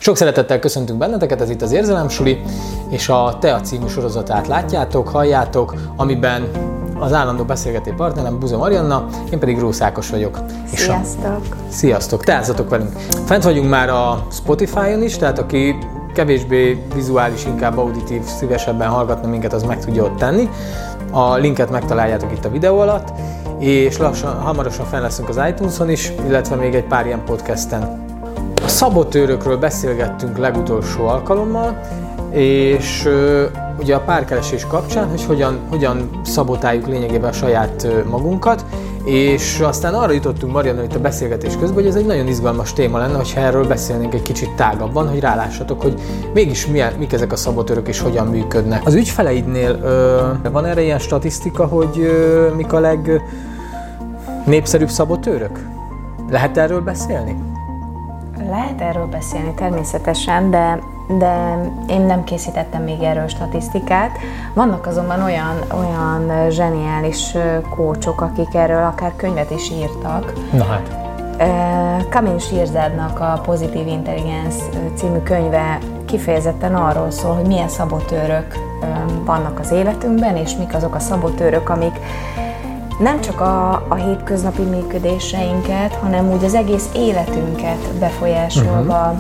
Sok szeretettel köszöntünk benneteket, ez itt az Érzelemsuli, és a TEA című sorozatát látjátok, halljátok, amiben az állandó beszélgető partnerem Buza Marianna, én pedig Rósz Ákos vagyok. Sziasztok! Sziasztok! Teázzatok velünk! Fent vagyunk már a Spotify-on is, tehát aki kevésbé vizuális, inkább auditív, szívesebben hallgatna minket, az meg tudja ott tenni. A linket megtaláljátok itt a videó alatt, és hamarosan fenn leszünk az iTunes-on is, illetve még egy pár ilyen podcasten. A szabotőrökről beszélgettünk legutolsó alkalommal, és ugye a párkeresés kapcsán, hogy hogyan szabotáljuk lényegében a saját magunkat, és aztán arra jutottunk Marianna itt a beszélgetés közben, hogy ez egy nagyon izgalmas téma lenne, hogyha erről beszélnénk egy kicsit tágabban, hogy rálássatok, hogy mégis mik ezek a szabotőrök és hogyan működnek. Az ügyfeleidnél van erre ilyen statisztika, hogy mik a legnépszerűbb szabotőrök? Lehet erről beszélni? Lehet erről beszélni természetesen, de én nem készítettem még erről statisztikát. Vannak azonban olyan zseniális coachok, akik erről akár könyvet is írtak. Na hát. Kamin Shirzadnak a Pozitív Intelligens című könyve kifejezetten arról szól, hogy milyen szabotőrök vannak az életünkben, és mik azok a szabotőrök, amik nem csak a hétköznapi működéseinket, hanem úgy az egész életünket befolyásolva,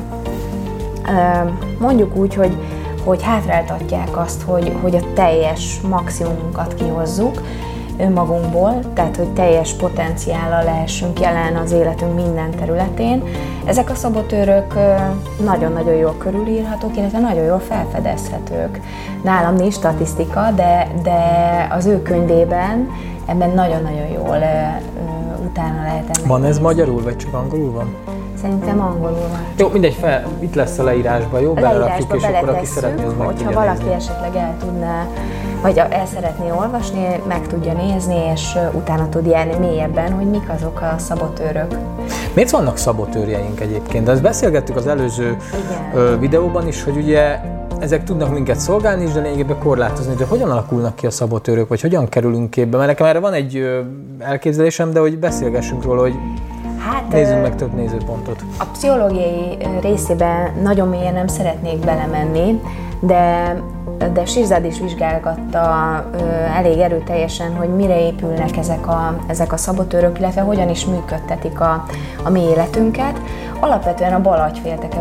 mondjuk úgy, hogy hátráltatják azt, hogy a teljes maximumunkat kihozzuk önmagunkból, tehát hogy teljes potenciállal lehessünk jelen az életünk minden területén. Ezek a szabotőrök nagyon-nagyon jól körülírhatók, illetve nagyon jól felfedezhetők. Nálam nincs statisztika, de az ő könyvében ebben nagyon-nagyon jól utána lehet ennek. Van ez magyarul, vagy csak angolul van? Szerintem angolul van. Jó, mindegy, itt lesz a leírásban, jó? Leírásba és akkor aki szeretné, az meg hogyha tudja valaki nézni. esetleg el tudná, vagy el szeretné olvasni, meg tudja nézni, és utána tud járni mélyebben, hogy mik azok a szabotőrök. Miért vannak szabotőrjeink egyébként? De ezt beszélgettük az előző videóban is, hogy ugye ezek tudnak minket szolgálni is, de lényegében korlátozni, de hogyan alakulnak ki a szabotőrök, vagy hogyan kerülünk képbe? Mert nekem erre van egy elképzelésem, de hogy beszélgessünk róla, hogy nézzünk meg több nézőpontot. A pszichológiai részében nagyon mélyen nem szeretnék belemenni, de Shirzad is vizsgálgatta elég erőteljesen, hogy mire épülnek ezek a szabotőrök, illetve hogyan is működtetik a mi életünket. Alapvetően a bal agyfélteke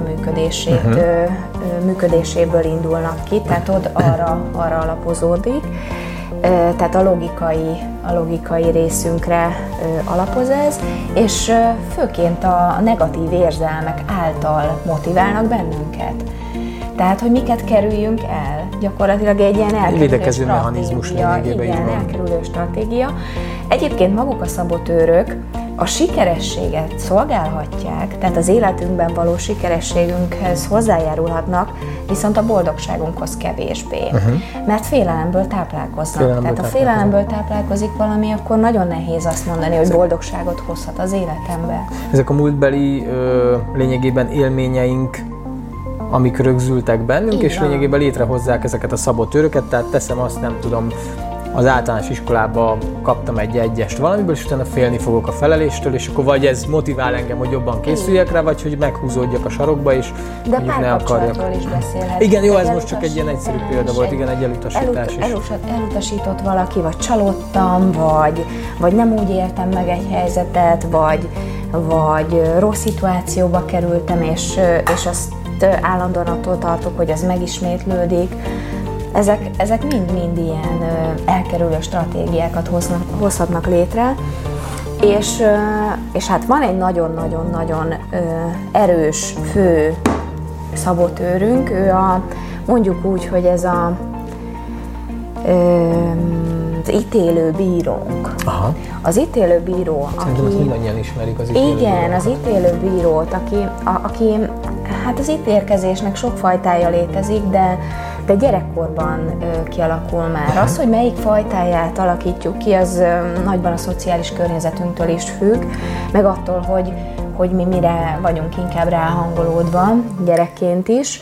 működéséből indulnak ki, tehát ott arra alapozódik. Tehát a logikai részünkre alapoz ez, és főként a negatív érzelmek által motiválnak bennünket. Tehát, hogy miket kerüljünk el. Gyakorlatilag egy ilyen elkerülő stratégia. Igen, elkerülő stratégia. Egyébként maguk a szabotőrök a sikerességet szolgálhatják, tehát az életünkben való sikerességünkhez hozzájárulhatnak, viszont a boldogságunkhoz kevésbé. Mert félelemből táplálkoznak. Tehát ha félelemből táplálkozik valami, akkor nagyon nehéz azt mondani, hogy boldogságot hozhat az életembe. Ezek a múltbeli lényegében élményeink, amik rögzültek bennünk, és lényegében létrehozzák ezeket a szabotőröket, tehát teszem azt, nem tudom, az általános iskolába kaptam egy egyest valamiből, és utána félni fogok a feleléstől, és akkor vagy ez motivál engem, hogy jobban készüljek rá, vagy hogy meghúzódjak a sarokba, és de ne akarjak. Is beszélhet. Igen, jó, ez most csak egy ilyen egyszerű példa volt, igen, egy elutasítás is. Elutasított valaki, vagy csalódtam, vagy nem úgy éltem meg egy helyzetet, vagy rossz szituációba kerültem, és azt állandóan attól tartok, hogy ez megismétlődik. Ezek mind ilyen elkerülő stratégiákat hozhatnak létre, és hát van egy nagyon-nagyon-nagyon erős fő szabotőrünk, ő mondjuk úgy, hogy ez az ítélő bírónk. Aha. Az ítélő bíró, szerintem azt mindannyian ismerik az ítélő igen, bírókat. Az ítélő bírót, aki hát az ítélkezésnek sok fajtája létezik, de gyerekkorban kialakul már. Az, hogy melyik fajtáját alakítjuk ki, az nagyban a szociális környezetünktől is függ, meg attól, hogy mi mire vagyunk inkább ráhangolódva gyerekként is.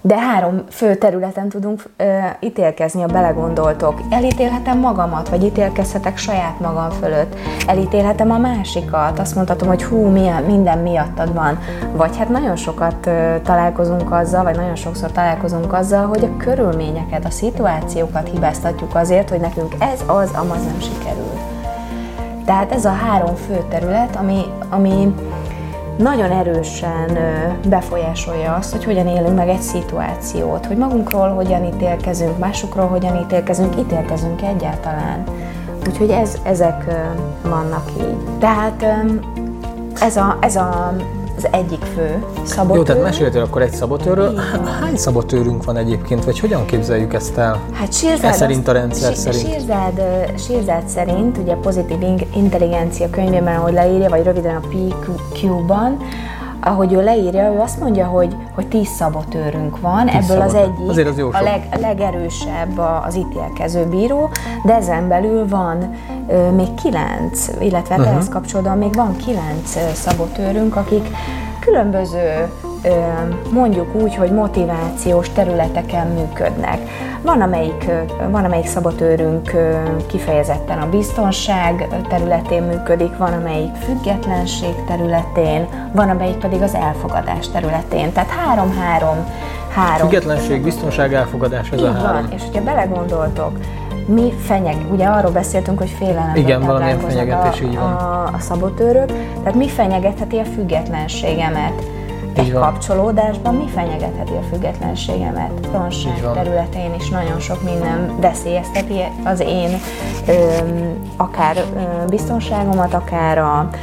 De 3 fő területen tudunk ítélkezni, ha belegondoltok. Elítélhetem magamat, vagy ítélkezhetek saját magam fölött. Elítélhetem a másikat, azt mondhatom, hogy minden miattad van. Vagy hát nagyon sokat találkozunk azzal, vagy nagyon sokszor találkozunk azzal, hogy a körülményeket, a szituációkat hibáztatjuk azért, hogy nekünk ez az, amaz nem sikerül. Tehát ez a 3 fő terület, ami nagyon erősen befolyásolja azt, hogy hogyan élünk meg egy szituációt, hogy magunkról hogyan ítélkezünk, másokról hogyan ítélkezünk egyáltalán. Úgyhogy ezek vannak így. Tehát ez az egyik fő szabotőr. Jó, tehát meséltél akkor egy szabotőrről. Hány szabotőrünk van egyébként, vagy hogyan képzeljük ezt el? Hát szerint a rendszer szerint? Sírzád szerint, ugye pozitív intelligencia könyvében, ahogy leírja, vagy röviden a PQ-ban, ahogy ő leírja, ő azt mondja, hogy 10 szabotőrünk van, ebből az egyik az a legerősebb az ítélkező bíró, de ezen belül van még 9, illetve ehhez kapcsolódóan még van 9 szabotőrünk, akik különböző, mondjuk úgy, hogy motivációs területeken működnek. Van amelyik szabotőrünk kifejezetten a biztonság területén működik, van amelyik függetlenség területén, van amelyik pedig az elfogadás területén. Tehát 3. Függetlenség, biztonság, elfogadás, ez a 3. Van, és hogyha belegondoltok, ugye arról beszéltünk, hogy félelemben táplálkoznak a szabotőrök, tehát mi fenyegetheti a függetlenségemet? Egy kapcsolódásban mi fenyegetheti a függetlenségemet? Biztonság területén is nagyon sok minden veszélyezteti az én akár biztonságomat, akár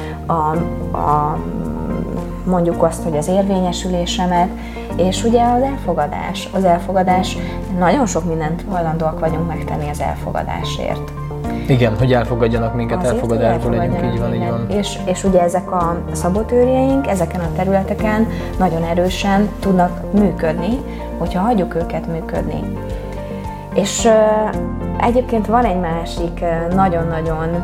mondjuk azt, hogy az érvényesülésemet, és ugye az elfogadás, nagyon sok mindent hajlandóak vagyunk megtenni az elfogadásért. Igen, hogy elfogadjanak minket, elfogadásból legyünk, így van. És ugye ezek a szabotőrjeink ezeken a területeken nagyon erősen tudnak működni, hogyha hagyjuk őket működni. És egyébként van egy másik nagyon-nagyon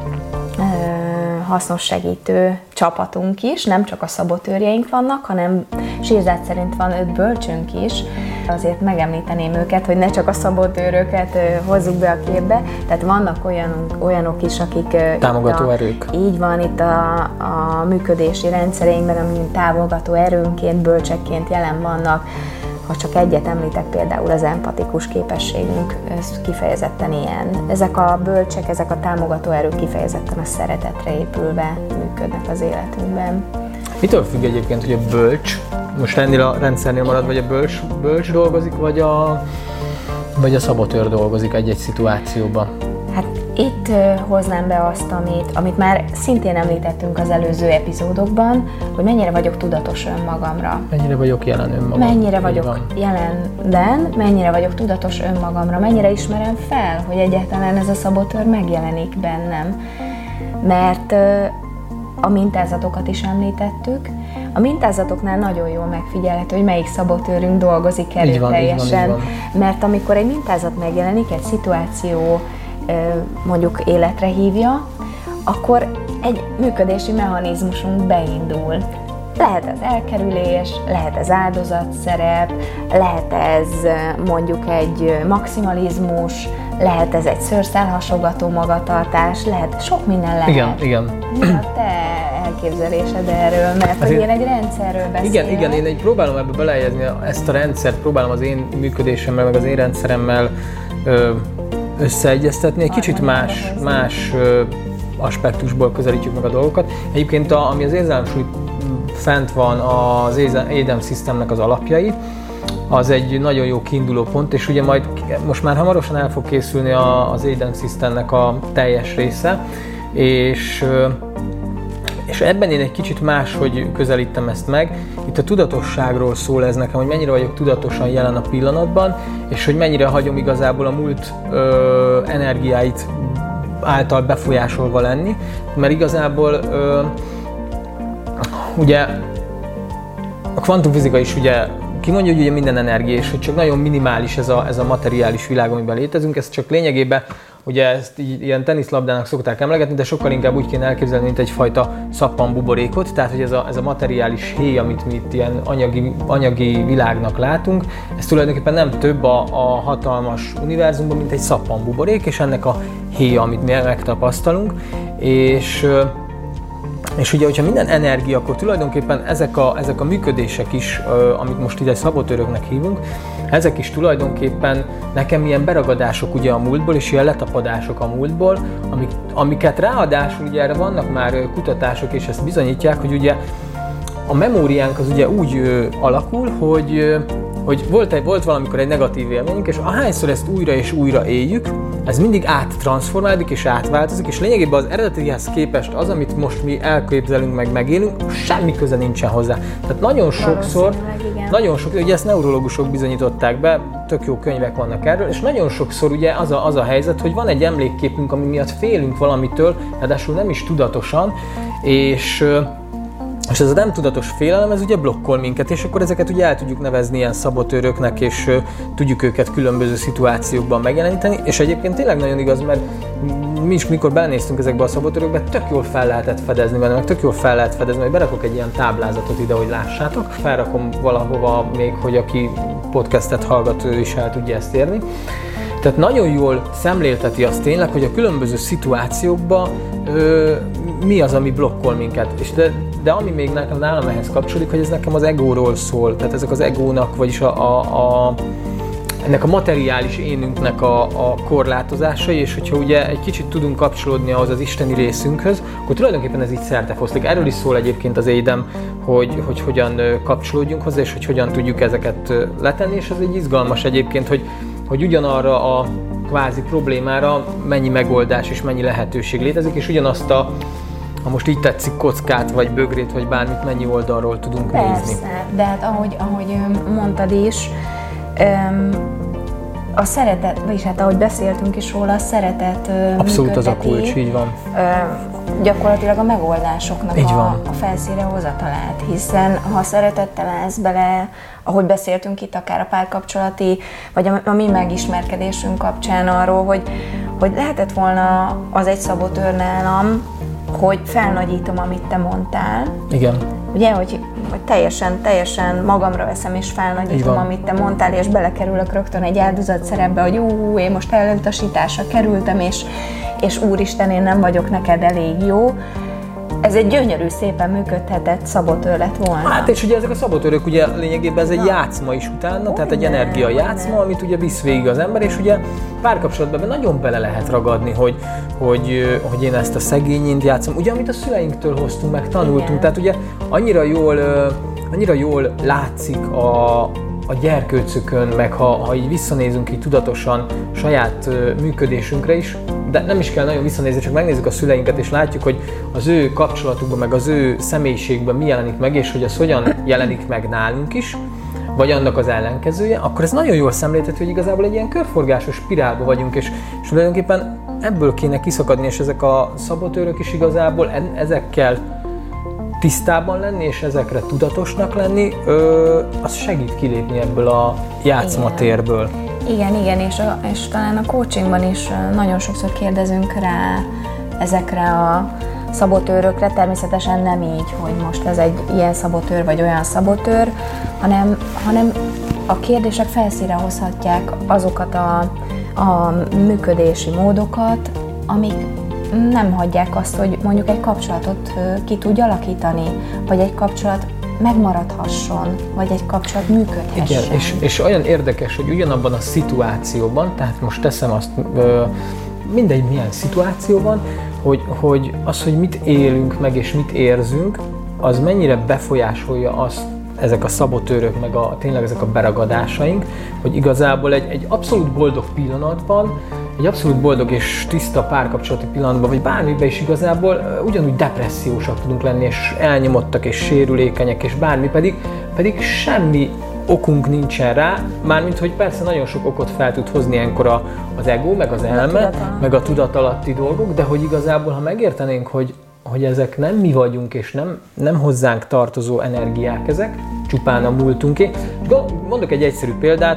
hasznos segítő csapatunk is, nem csak a szabotőrjeink vannak, hanem Sírzád szerint van 5 bölcsünk is. Azért megemlíteném őket, hogy ne csak a szabotőröket hozzuk be a képbe, tehát vannak olyanok is, akik... Támogató erők. Így van, itt a működési rendszereinkben, amin támogató erőnként, bölcsekként jelen vannak. Ha csak egyet említek, például az empatikus képességünk, ez kifejezetten ilyen. Ezek a bölcsek, ezek a támogató erők kifejezetten a szeretetre épülve működnek az életünkben. Mitől függ egyébként, hogy a bölcs, most ennél a rendszernél marad, vagy a bölcs dolgozik, vagy a szabotőr dolgozik egy-egy szituációban? Hát itt hoznám be azt, amit már szintén említettünk az előző epizódokban, hogy mennyire vagyok tudatos önmagamra. Mennyire vagyok jelen önmagamra. Mennyire vagyok jelenben, mennyire vagyok tudatos önmagamra, mennyire ismerem fel, hogy egyáltalán ez a szabotőr megjelenik bennem. Mert a mintázatokat is említettük. A mintázatoknál nagyon jól megfigyelhető, hogy melyik szabotőrünk dolgozik erőteljesen. Mert amikor egy mintázat megjelenik, egy szituáció mondjuk életre hívja, akkor egy működési mechanizmusunk beindul. Lehet ez elkerülés, lehet ez áldozatszerep, lehet ez mondjuk egy maximalizmus, lehet ez egy szőrszálhasogató magatartás, lehet sok minden lehet. Igen. Mi a te elképzelésed erről? Mert hogy én egy rendszerről beszélek. Igen, én próbálom ebbe belehelyezni ezt a rendszert, próbálom az én működésemmel, meg az én rendszeremmel összeegyeztetni. Egy kicsit más aspektusból közelítjük meg a dolgokat. Egyébként ami az érzelemsúly fent van az EDEM Systemnek az alapjai, az egy nagyon jó kiinduló pont, és ugye most már hamarosan el fog készülni az EDEM Systemnek a teljes része, és ebben én egy kicsit máshogy közelítem ezt meg. Itt a tudatosságról szól ez nekem, hogy mennyire vagyok tudatosan jelen a pillanatban, és hogy mennyire hagyom igazából a múlt energiáit által befolyásolva lenni, mert igazából ugye a kvantumfizika is ugye kimondja, hogy ugye minden energia, és hogy csak nagyon minimális ez a materiális világ, amiben létezünk, ez csak lényegében ugye ezt ilyen teniszlabdának szokták emlegetni, de sokkal inkább úgy kéne elképzelni, mint egyfajta szappanbuborékot, tehát hogy ez a materiális héj, amit mi itt ilyen anyagi világnak látunk, ez tulajdonképpen nem több a hatalmas univerzumban, mint egy szappanbuborék, és ennek a héja, amit mi megtapasztalunk, és ugye, hogyha minden energia, akkor tulajdonképpen ezek a működések is, amit most ide szabotőröknek hívunk, ezek is tulajdonképpen nekem ilyen beragadások ugye a múltból, és ilyen letapadások a múltból, amiket ráadásul ugye erre vannak már kutatások, és ezt bizonyítják, hogy ugye a memóriánk az ugye úgy alakul, hogy volt valamikor egy negatív élményünk, és ahányszor ezt újra és újra éljük, ez mindig áttransformálódik és átváltozik, és lényegében az eredetihez képest az, amit most mi elképzelünk meg megélünk, semmi köze nincsen hozzá. Tehát nagyon sokszor, ugye ezt neurológusok bizonyították be, tök jó könyvek vannak erről, és nagyon sokszor ugye az a helyzet, hogy van egy emlékképünk, ami miatt félünk valamitől, ráadásul nem is tudatosan, és ez a nem tudatos félelem, ez ugye blokkol minket, és akkor ezeket ugye el tudjuk nevezni ilyen szabotőröknek, és tudjuk őket különböző szituációkban megjeleníteni, és egyébként tényleg nagyon igaz, mert mi is mikor belenéztünk ezekbe a szabotőrökbe, tök jól fel lehetett fedezni benne, meg tök jól fel lehet fedezni, majd berakok egy ilyen táblázatot ide, hogy lássátok, felrakom valahova még, hogy aki podcastet hallgat, ő is el tudja ezt érni. Tehát nagyon jól szemlélteti azt tényleg, hogy a különböző szituációkban mi az, ami blokkol minket. És de ami még nálam ehhez kapcsolódik, hogy ez nekem az egóról szól. Tehát ezek az egónak, vagyis ennek a materiális énünknek a korlátozásai, és hogyha ugye egy kicsit tudunk kapcsolódni ahhoz az isteni részünkhöz, akkor tulajdonképpen ez így szertefoszlik. Erről is szól egyébként az édem, hogy hogyan kapcsolódjunk hozzá, és hogy hogyan tudjuk ezeket letenni, és ez egy izgalmas egyébként, hogy ugyanarra a kvázi problémára mennyi megoldás és mennyi lehetőség létezik, és ugyanazt ha most így tetszik, kockát, vagy bögrét, vagy bármit, mennyi oldalról tudunk nézni. Persze, de hát ahogy mondtad is, a szeretet, vagyis hát ahogy beszéltünk is róla, a szeretet abszolút működteti, az a kulcs, így van. Gyakorlatilag a megoldásoknak a felszínre hozatalát, hiszen ha szeretettel állsz bele, ahogy beszéltünk itt akár a párkapcsolati, vagy a mi megismerkedésünk kapcsán arról, hogy lehetett volna az egy szabotőr nálam, hogy felnagyítom, amit te mondtál. Igen. Ugye, hogy teljesen magamra veszem és felnagyítom, amit te mondtál, és belekerülök rögtön egy áldozatszerepbe, hogy én most elutasításra kerültem, és úristen, én nem vagyok neked elég jó. Ez egy gyönyörű, szépen működhetett szabotőr lett volna. Hát és ugye ezek a szabotőrök ugye lényegében ez egy játszma is utána, tehát egy energia játszma, amit ugye visz végig az ember, és ugye párkapcsolatban nagyon bele lehet ragadni, hogy én ezt a szegényint játszom, ugye amit a szüleinktől hoztunk, meg tanultunk, igen. Tehát ugye annyira jól látszik a gyerkőcökön, meg ha így visszanézünk így tudatosan saját működésünkre is, de nem is kell nagyon visszanézni, csak megnézzük a szüleinket, és látjuk, hogy az ő kapcsolatukban, meg az ő személyiségben mi jelenik meg, és hogy az hogyan jelenik meg nálunk is, vagy annak az ellenkezője, akkor ez nagyon jól szemléltető, hogy igazából egy ilyen körforgásos spirálba vagyunk, és tulajdonképpen ebből kéne kiszakadni, és ezek a szabotőrök is igazából ezekkel tisztában lenni, és ezekre tudatosnak lenni, az segít kilépni ebből a játszmatérből. Igen, és talán a coachingban is nagyon sokszor kérdezünk rá ezekre a szabotőrökre, természetesen nem így, hogy most ez egy ilyen szabotőr vagy olyan szabotőr, hanem a kérdések felszínre hozhatják azokat a működési módokat, amik nem hagyják azt, hogy mondjuk egy kapcsolatot ki tudj alakítani, vagy egy kapcsolat megmaradhasson, vagy egy kapcsolat működhessen. Igen, és olyan érdekes, hogy ugyanabban a szituációban, tehát most teszem azt, mindegy milyen szituációban, hogy az, hogy mit élünk meg és mit érzünk, az mennyire befolyásolja azt, ezek a szabotőrök, meg tényleg ezek a beragadásaink, hogy igazából egy abszolút boldog pillanatban, egy abszolút boldog és tiszta párkapcsolati pillanatban, vagy bármiben is igazából ugyanúgy depressziósak tudunk lenni, és elnyomottak, és sérülékenyek, és bármi, pedig semmi okunk nincsen rá, mármint, hogy persze nagyon sok okot fel tud hozni ilyenkor az ego, meg az elme, meg a tudatalatti dolgok, de hogy igazából, ha megértenénk, hogy ezek nem mi vagyunk, és nem hozzánk tartozó energiák ezek, csupán a múltunké. Mondok egy egyszerű példát,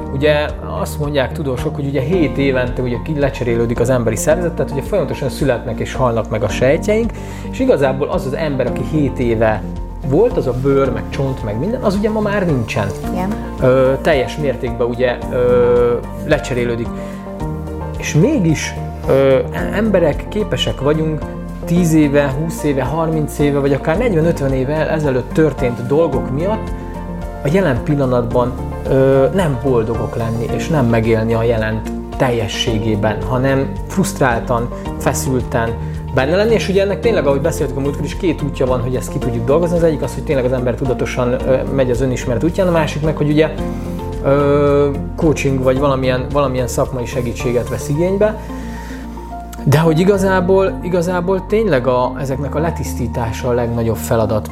ugye azt mondják tudósok, hogy ugye 7 évente ugye lecserélődik az emberi szervezet, tehát ugye folyamatosan születnek és halnak meg a sejtjeink, és igazából az az ember, aki 7 éve volt, az a bőr, meg csont, meg minden, az ugye ma már nincsen. Igen. Teljes mértékben ugye lecserélődik. És mégis emberek képesek vagyunk 10 éve, 20 éve, 30 éve, vagy akár 40-50 éve ezelőtt történt dolgok miatt a jelen pillanatban nem boldogok lenni, és nem megélni a jelent teljességében, hanem frusztráltan, feszülten benne lenni, és ugye ennek tényleg, ahogy beszéltük a múltkor is, 2 útja van, hogy ezt ki tudjuk dolgozni. Az egyik az, hogy tényleg az ember tudatosan megy az önismeret útján, a másik meg, hogy ugye coaching vagy valamilyen szakmai segítséget vesz igénybe, de hogy igazából tényleg ezeknek a letisztítása a legnagyobb feladat.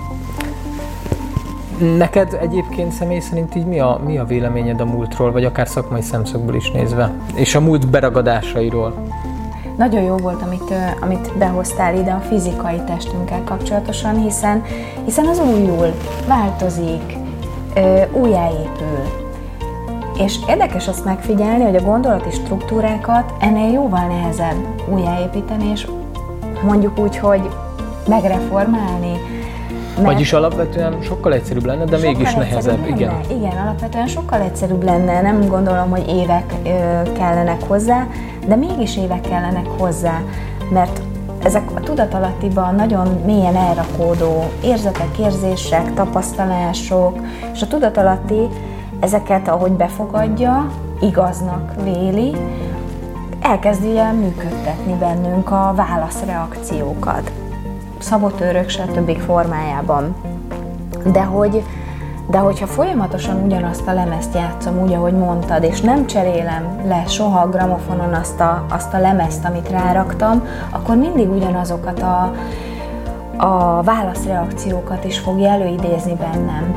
Neked egyébként személy szerint így mi a véleményed a múltról, vagy akár szakmai szemszögből is nézve, és a múlt beragadásairól? Nagyon jó volt, amit behoztál ide a fizikai testünkkel kapcsolatosan, hiszen az újul, változik, újjáépül. És érdekes azt megfigyelni, hogy a gondolati struktúrákat ennél jóval nehezebb újjáépíteni, és mondjuk úgy, hogy megreformálni. Vagyis alapvetően sokkal egyszerűbb lenne, de mégis nehezebb. Lenne. Igen, alapvetően sokkal egyszerűbb lenne. Nem gondolom, hogy évek kellenek hozzá, de mégis évek kellenek hozzá, mert ezek a tudatalattiban nagyon mélyen elrakódó érzetek, érzések, tapasztalások, és a tudatalatti ezeket, ahogy befogadja, igaznak véli, elkezdi működtetni bennünk a válaszreakciókat. Szabotőrök, stb. Formájában. De hogyha folyamatosan ugyanazt a lemezt játszom, úgy, ahogy mondtad, és nem cserélem le soha a gramofonon azt a lemezt, amit ráraktam, akkor mindig ugyanazokat a válaszreakciókat is fogja előidézni bennem.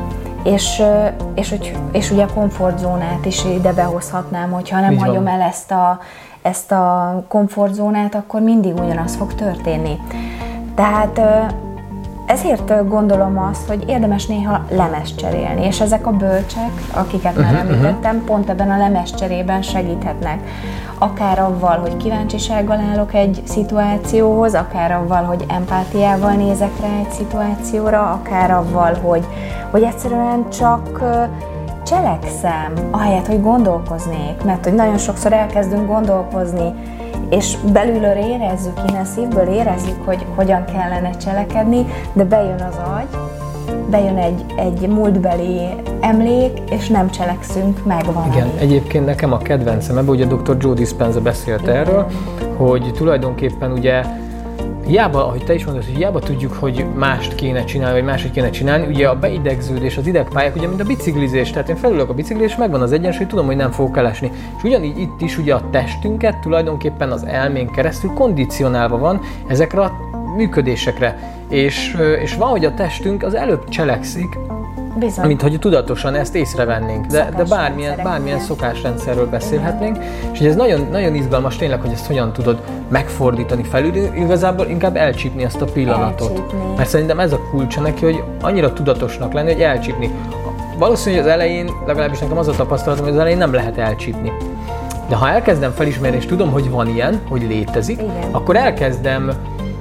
És ugye a komfortzónát is ide behozhatnám, hogyha nem hagyom el ezt a komfortzónát, akkor mindig ugyanaz fog történni. Tehát ezért gondolom azt, hogy érdemes néha lemezt cserélni, és ezek a bölcsek, akiket már említettem, pont ebben a lemezcserében segíthetnek. Akár avval, hogy kíváncsisággal állok egy szituációhoz, akár avval, hogy empátiával nézek rá egy szituációra, akár avval, hogy egyszerűen csak cselekszem, ahelyett, hogy gondolkoznék, mert hogy nagyon sokszor elkezdünk gondolkozni, és belülről érezzük, innen szívből érezzük, hogy hogyan kellene cselekedni, de bejön az agy, bejön egy múltbeli emlék, és nem cselekszünk meg valami. Igen, egyébként nekem a kedvencem ebben, ugye Dr. Joe Dispenza beszélt erről, hogy tulajdonképpen ugye hiába, ahogy te is mondod, hogy hiába tudjuk, hogy mást kéne csinálni, vagy máshogy kéne csinálni, ugye a beidegződés, az idegpályák, ugye mint a biciklizés, tehát én felülök a biciklizés, megvan az egyensúly, tudom, hogy nem fogok elesni. És ugyanígy itt is ugye a testünket tulajdonképpen az elmén keresztül kondicionálva van ezekre a működésekre. És valahogy a testünk az előbb cselekszik, bizony, mint hogy tudatosan ezt észrevennénk, de bármilyen szokásrendszerről beszélhetnénk, és ez nagyon, nagyon izgalmas tényleg, hogy ezt hogyan tudod megfordítani felül, igazából inkább elcsípni azt a pillanatot. Mert szerintem ez a kulcsa neki, hogy annyira tudatosnak lenni, hogy elcsípni. Valószínűleg az elején, legalábbis nekem az a tapasztalatom, hogy az elején nem lehet elcsípni. De ha elkezdem felismerni, és tudom, hogy van ilyen, hogy létezik, igen, akkor elkezdem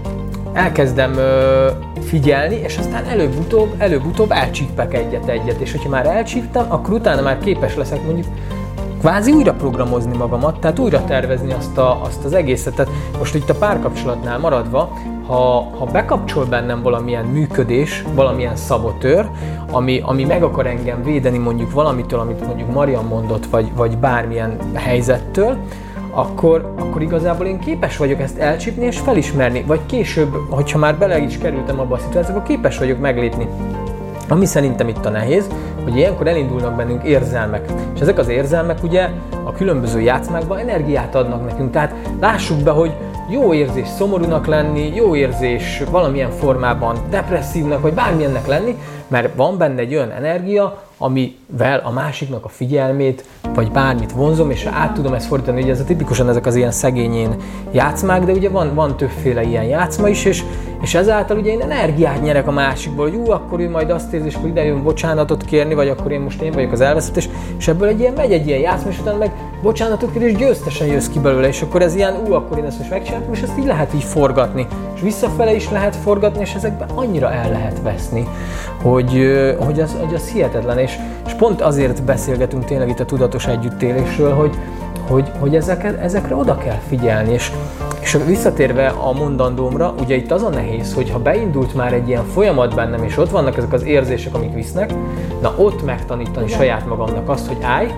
figyelni, és aztán előbb-utóbb elcsípek egyet, és hogyha már elcsíptem, akkor utána már képes leszek mondjuk kvázi újra programozni magamat, tehát újra tervezni azt az egészet. Tehát most itt a párkapcsolatnál maradva, ha bekapcsol bennem valamilyen működés, valamilyen szabotőr, ami meg akar engem védeni mondjuk valamitől, amit mondjuk Marian mondott, vagy bármilyen helyzettől, akkor igazából én képes vagyok ezt elcsípni és felismerni, vagy később, hogyha már bele is kerültem abba a szituációba, képes vagyok meglépni. Ami szerintem itt a nehéz, hogy ilyenkor elindulnak bennünk érzelmek. És ezek az érzelmek ugye a különböző játszmákban energiát adnak nekünk. Tehát lássuk be, hogy jó érzés szomorúnak lenni, jó érzés valamilyen formában depresszívnak, vagy bármilyennek lenni, mert van benne egy olyan energia, amivel a másiknak a figyelmét, vagy bármit vonzom, és át tudom ezt fordítani, ugye ez a tipikusan ezek az ilyen szegényén játszmák, de ugye van többféle ilyen játszma is, és ezáltal ugye én energiát nyerek a másikból, hogy akkor ő majd azt érzi, és akkor ide jön bocsánatot kérni, vagy akkor én vagyok az elveszett, és ebből megy egy ilyen játszma, és utána meg bocsánatot kér, és győztesen jössz ki belőle, és akkor ez ilyen, akkor én ezt most megcsináltam, és ezt így lehet így forgatni, és visszafele is lehet forgatni, és ezekben annyira el lehet veszni, hogy az hihetetlen, és pont azért beszélgetünk tényleg itt a tudatos együttélésről, hogy ezekre oda kell figyelni, és visszatérve a mondandómra, ugye itt az a nehéz, hogy ha beindult már egy ilyen folyamat bennem, és ott vannak ezek az érzések, amik visznek, na ott megtanítani saját magamnak azt, hogy állj,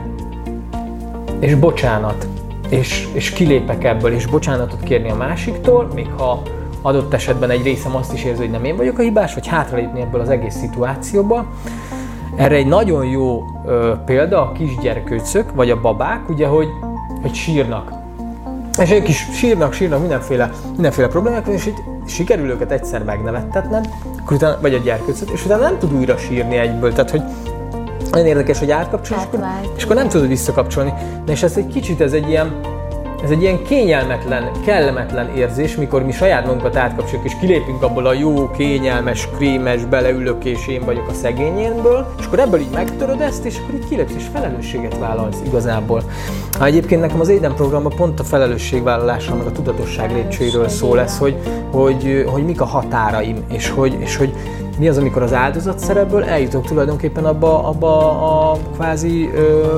és bocsánat, és kilépek ebből, és bocsánatot kérni a másiktól, még ha adott esetben egy részem azt is érzi, hogy nem én vagyok a hibás, vagy hátralépni ebből az egész szituációba. Erre egy nagyon jó példa a kisgyerkőcök, vagy a babák, ugye, hogy sírnak. És ők is sírnak mindenféle problémák, és így sikerül őket egyszer megnevettetned, vagy a gyerkőcöt, és utána nem tud újra sírni egyből. Tehát, hogy nagyon érdekes, hogy átkapcsolsz, és akkor nem tudod visszakapcsolni. Na és ez egy kicsit, ez egy ilyen kényelmetlen, kellemetlen érzés, mikor mi saját magunkat átkapcsoljuk, és kilépünk abból a jó, kényelmes, krémes, beleülök, és én vagyok a szegényénből, és akkor ebből így megtöröd ezt, és akkor így kilépsz, és felelősséget vállalsz igazából. Egyébként nekem az Éden programban pont a felelősségvállalásról, meg a tudatosság lépcsőiről szól ez, hogy mik a határaim, és hogy mi az, amikor az áldozatszerepből eljutok tulajdonképpen abba a kvázi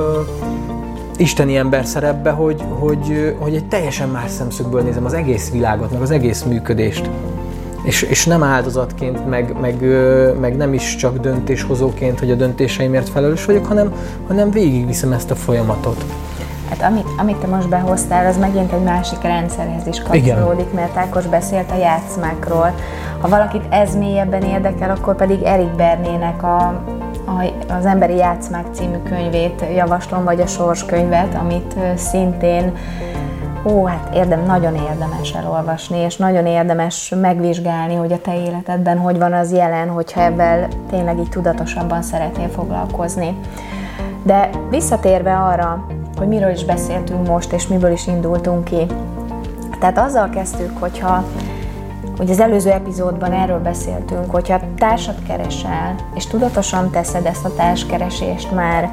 isteni ember szerepbe, hogy egy teljesen más szemszögből nézem az egész világot, meg az egész működést. És nem áldozatként, meg nem is csak döntéshozóként, hogy a döntéseimért felelős vagyok, hanem végigviszem ezt a folyamatot. Hát amit te most behoztál, az megint egy másik rendszerhez is kapcsolódik, igen. Mert Ákos beszélt a játszmákról. Ha valakit ez mélyebben érdekel, akkor pedig Eric Bernének az Emberi Játszmák című könyvét javaslom, vagy a Sors könyvet, amit szintén nagyon érdemes elolvasni, és nagyon érdemes megvizsgálni, hogy a te életedben hogy van az jelen, hogyha ebben tényleg így tudatosabban szeretnél foglalkozni. De visszatérve arra, hogy miről is beszéltünk most, és miből is indultunk ki. Tehát azzal kezdtük, hogy az előző epizódban erről beszéltünk, hogyha társat keresel, és tudatosan teszed ezt a társkeresést már,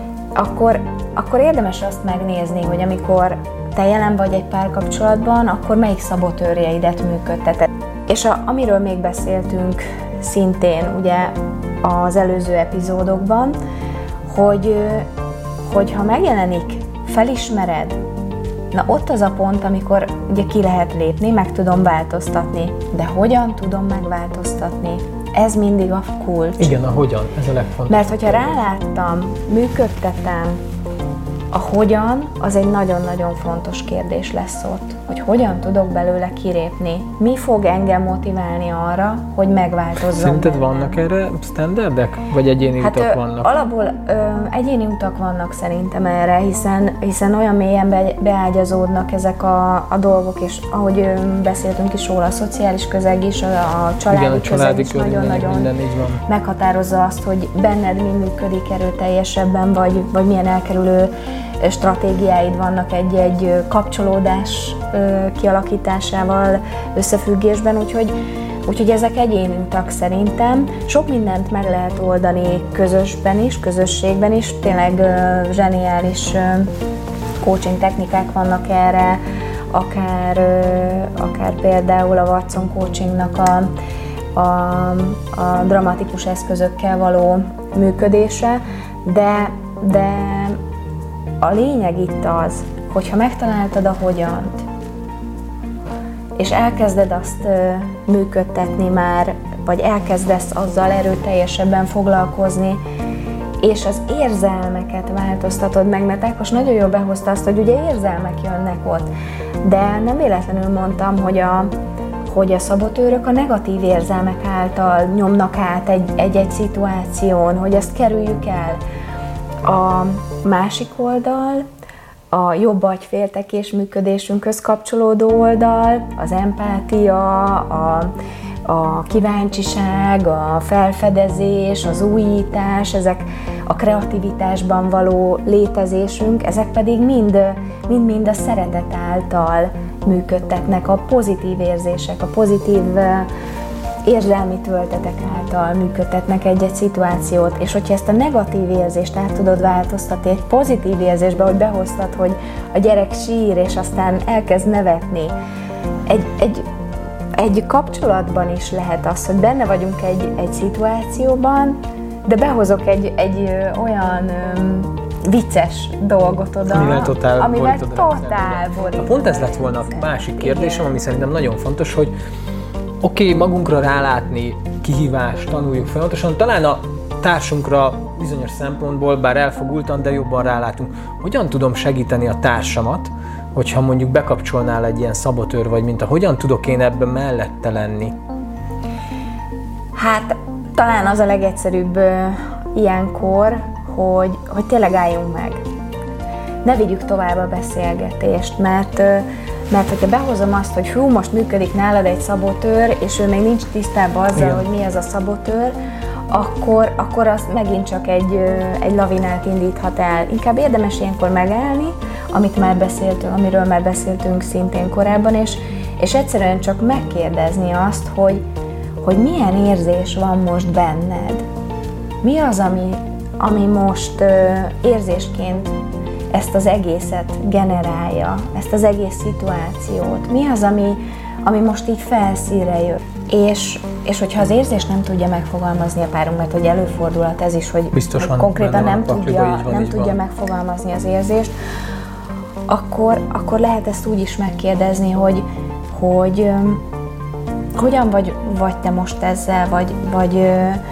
akkor érdemes azt megnézni, hogy amikor te jelen vagy egy párkapcsolatban, akkor melyik szabotőrjeidet működteted. És amiről még beszéltünk szintén ugye az előző epizódokban, hogy ha megjelenik, felismered, na ott az a pont, amikor ugye ki lehet lépni, meg tudom változtatni. De hogyan tudom megváltoztatni? Ez mindig a kulcs. Igen, a hogyan, ez a legfontosabb. Mert hogyha ráláttam, működtetem, a hogyan, az egy nagyon-nagyon fontos kérdés lesz ott, hogy hogyan tudok belőle kilépni. Mi fog engem motiválni arra, hogy megváltozzon. Szerinted vannak erre standardek? Vagy egyéni utak vannak? Alapból egyéni utak vannak szerintem erre, hiszen olyan mélyen beágyazódnak ezek a dolgok, és ahogy beszéltünk is róla, a szociális közeg is, a családi közeg is nagyon-nagyon meghatározza azt, hogy benned mi működik erőteljesebben, vagy milyen elkerülő stratégiáid vannak egy kapcsolódás kialakításával összefüggésben, úgyhogy ezek egyéni utak szerintem. Sok mindent meg lehet oldani közösben is, közösségben is, tényleg zseniális coaching technikák vannak erre, akár például a Watson coachingnak a dramatikus eszközökkel való működése, de a lényeg itt az, hogyha megtaláltad a hogyant, és elkezded azt működtetni már, vagy elkezdesz azzal erőteljesebben foglalkozni, és az érzelmeket változtatod meg, mert Ákos nagyon jól behozta azt, hogy ugye érzelmek jönnek ott, de nem véletlenül mondtam, hogy a szabotőrök a negatív érzelmek által nyomnak át egy szituáción, hogy ezt kerüljük el. A másik oldal, a jobb agyféltekés működésünkhöz kapcsolódó oldal, az empátia, a kíváncsiság, a felfedezés, az újítás, ezek a kreativitásban való létezésünk, ezek pedig mind a szeretet által működtetnek, a pozitív érzések, a pozitív érzelmi töltetek által működtetnek egy-egy szituációt, és hogyha ezt a negatív érzést át tudod változtatni egy pozitív érzésbe, hogy behoztad, hogy a gyerek sír, és aztán elkezd nevetni. Egy kapcsolatban is lehet az, hogy benne vagyunk egy szituációban, de behozok egy olyan vicces dolgot oda, amivel totál borítod. Pont ez lett volna a másik kérdésem, ami szerintem nagyon fontos, hogy oké, magunkra rálátni, kihívás, tanuljuk folyamatosan, talán a társunkra bizonyos szempontból, bár elfogultan, de jobban rálátunk. Hogyan tudom segíteni a társamat, hogyha mondjuk bekapcsolnál egy ilyen szabotőr vagy minta, hogyan tudok én ebben mellette lenni? Hát talán az a legegyszerűbb ilyenkor, hogy tényleg álljunk meg. Ne vigyük tovább a beszélgetést, mert hogyha behozom azt, hogy hú, most működik nálad egy szabotőr, és ő még nincs tisztában azzal, igen, hogy mi az a szabotőr, akkor az megint csak egy lavinát indíthat el. Inkább érdemes ilyenkor megállni, amiről már beszéltünk szintén korábban, és egyszerűen csak megkérdezni azt, hogy milyen érzés van most benned. Mi az, ami most érzésként ezt az egészet generálja, ezt az egész szituációt. Mi az, ami most így felszínre jön. És hogyha az érzést nem tudja megfogalmazni a párunk, mert hogy előfordulhat ez is, hogy konkrétan nem tudja megfogalmazni az érzést, akkor lehet ezt úgy is megkérdezni, hogy hogyan vagy te most ezzel, vagy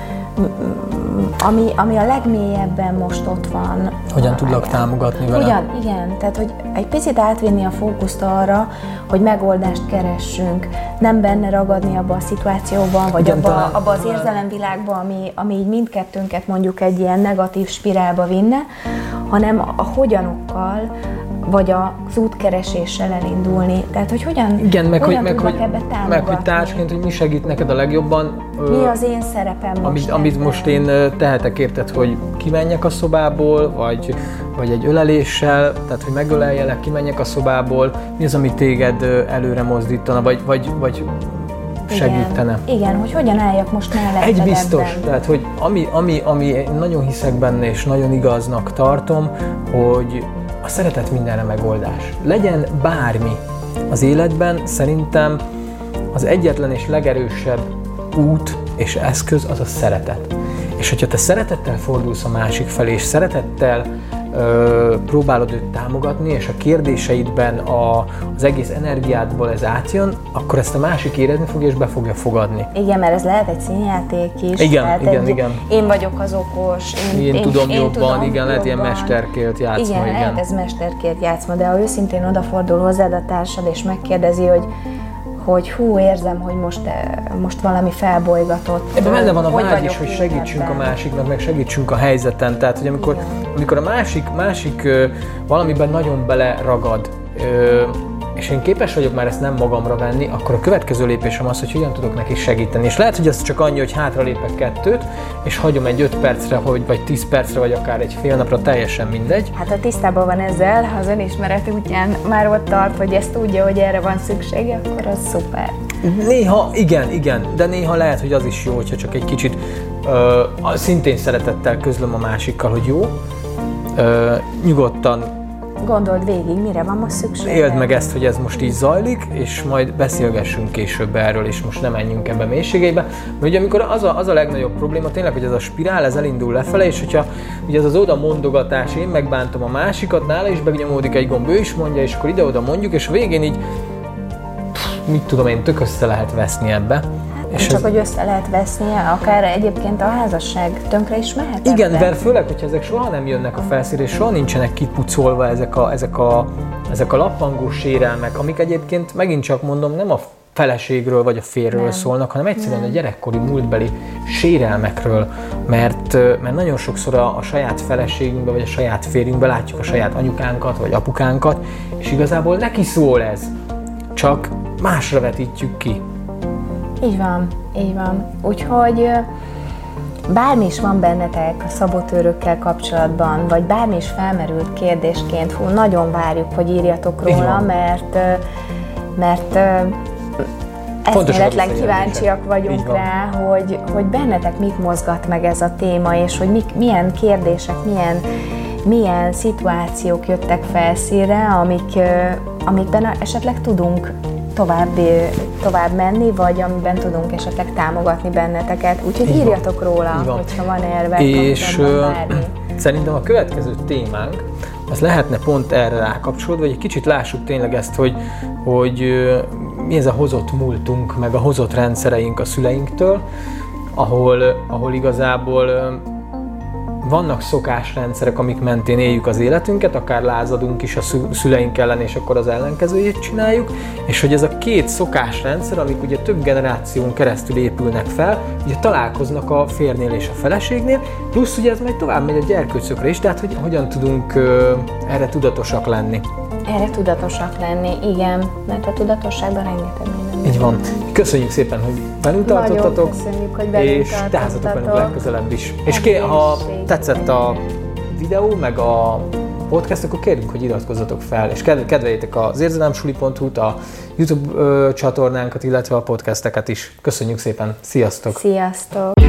ami a legmélyebben most ott van. Hogyan tudlak támogatni vele? Igen, tehát hogy egy picit átvinni a fókuszt arra, hogy megoldást keressünk, nem benne ragadni abba a szituációban, vagy abba az érzelemvilágba, ami így mindkettőnket mondjuk egy ilyen negatív spirálba vinne, hanem a hogyanokkal, vagy az útkereséssel elindulni. Tehát, hogy hogyan tudlak ebbe támogatni. Meg hogy társként, hogy mi segít neked a legjobban. Mi az én szerepem most amit most én tehetek, érted, hogy kimenjek a szobából, vagy egy öleléssel, tehát hogy megöleljelek, kimenjek a szobából, mi az, ami téged előre mozdítana, vagy segítene. Igen, hogy hogyan álljak most melletted. Egy biztos, tehát hogy ami nagyon hiszek benne, és nagyon igaznak tartom, hogy a szeretet mindenre megoldás. Legyen bármi az életben, szerintem az egyetlen és legerősebb út és eszköz az a szeretet. És hogyha te szeretettel fordulsz a másik felé, és szeretettel próbálod őt támogatni, és a kérdéseidben az egész energiádból ez átjön, akkor ezt a másik érezni fogja, és be fogja fogadni. Igen, mert ez lehet egy színjáték is. Igen. Én vagyok az okos. Én tudom jobban, lehet ilyen mesterkélt játszma. Igen, lehet ez mesterkélt játszma, de ha őszintén odafordul hozzád a társad, és megkérdezi, hogy hú, érzem, hogy most valami felbolygatott. Ebben benne van a vágy is, hogy segítsünk a másiknak, meg segítsünk a helyzeten. Tehát, hogy amikor a másik valamiben nagyon beleragad, és én képes vagyok már ezt nem magamra venni, akkor a következő lépésem az, hogy hogyan tudok neki segíteni. És lehet, hogy ez csak annyi, hogy hátralépek 2, és hagyom egy 5 percre, vagy 10 percre, vagy akár egy fél napra, teljesen mindegy. Hát ha tisztában van ezzel, ha az önismereti útján már ott tart, hogy ezt tudja, hogy erre van szüksége, akkor az szuper. Néha igen, de néha lehet, hogy az is jó, hogyha csak egy kicsit szintén szeretettel közlöm a másikkal, hogy jó, nyugodtan gondold végig, mire van most szükség. Éld meg ezt, hogy ez most így zajlik, és majd beszélgessünk később erről, és most nem menjünk ebbe mélységeibe. Mert ugye amikor az a legnagyobb probléma tényleg, hogy ez a spirál, ez elindul lefele, és hogyha ugye ez az oda mondogatás, én megbántom a másikat, nála is megnyomódik egy gomb, ő is mondja, és akkor ide-oda mondjuk, és a végén így, mit tudom én, tök össze lehet veszni ebbe. És csak, hogy össze lehet vesznie, akár egyébként a házasság tönkre is mehet. Igen, de főleg, hogyha ezek soha nem jönnek a felszínre, és soha nincsenek kipucolva ezek a lappangós sérelmek, amik egyébként megint csak mondom, nem a feleségről vagy a férről szólnak, hanem egyszerűen a gyerekkori múltbeli sérelmekről, mert nagyon sokszor a saját feleségünkbe vagy a saját férjünkbe látjuk a saját anyukánkat vagy apukánkat, és igazából neki szól ez, csak másra vetítjük ki. Így van. Úgyhogy bármi is van bennetek a szabotőrökkel kapcsolatban, vagy bármi is felmerült kérdésként, nagyon várjuk, hogy írjatok róla, mert eszméletlen kíváncsiak vagyunk rá, hogy bennetek mit mozgat meg ez a téma, és hogy milyen kérdések, milyen szituációk jöttek felszínre, amikben esetleg tudunk tovább menni, vagy amiben tudunk esetleg támogatni benneteket. Úgyhogy írjatok róla, hogyha van érvek, és szerintem a következő témánk, az lehetne pont erre rákapcsolódva, vagy egy kicsit lássuk tényleg ezt, hogy mi ez a hozott múltunk, meg a hozott rendszereink a szüleinktől, ahol igazából vannak szokásrendszerek, amik mentén éljük az életünket, akár lázadunk is a szüleink ellen, és akkor az ellenkezőjét csináljuk, és hogy ez a két szokásrendszer, amik ugye több generáción keresztül épülnek fel, ugye találkoznak a férnél és a feleségnél, plusz ugye ez majd tovább megy a gyerkőcökre is, tehát hogy hogyan tudunk erre tudatosak lenni. Erre tudatosak lenni, igen, mert a tudatosságban rengeteg minden. Így van. Köszönjük szépen, hogy velünk tartottatok, köszönjük, hogy velünk és tárzatok velünk legközelebb is. És ha tetszett a videó, meg a podcast, akkor kérjük, hogy iratkozzatok fel, és kedveljétek az érzelemsuli.hu-t, a YouTube csatornánkat, illetve a podcasteket is. Köszönjük szépen, sziasztok! Sziasztok!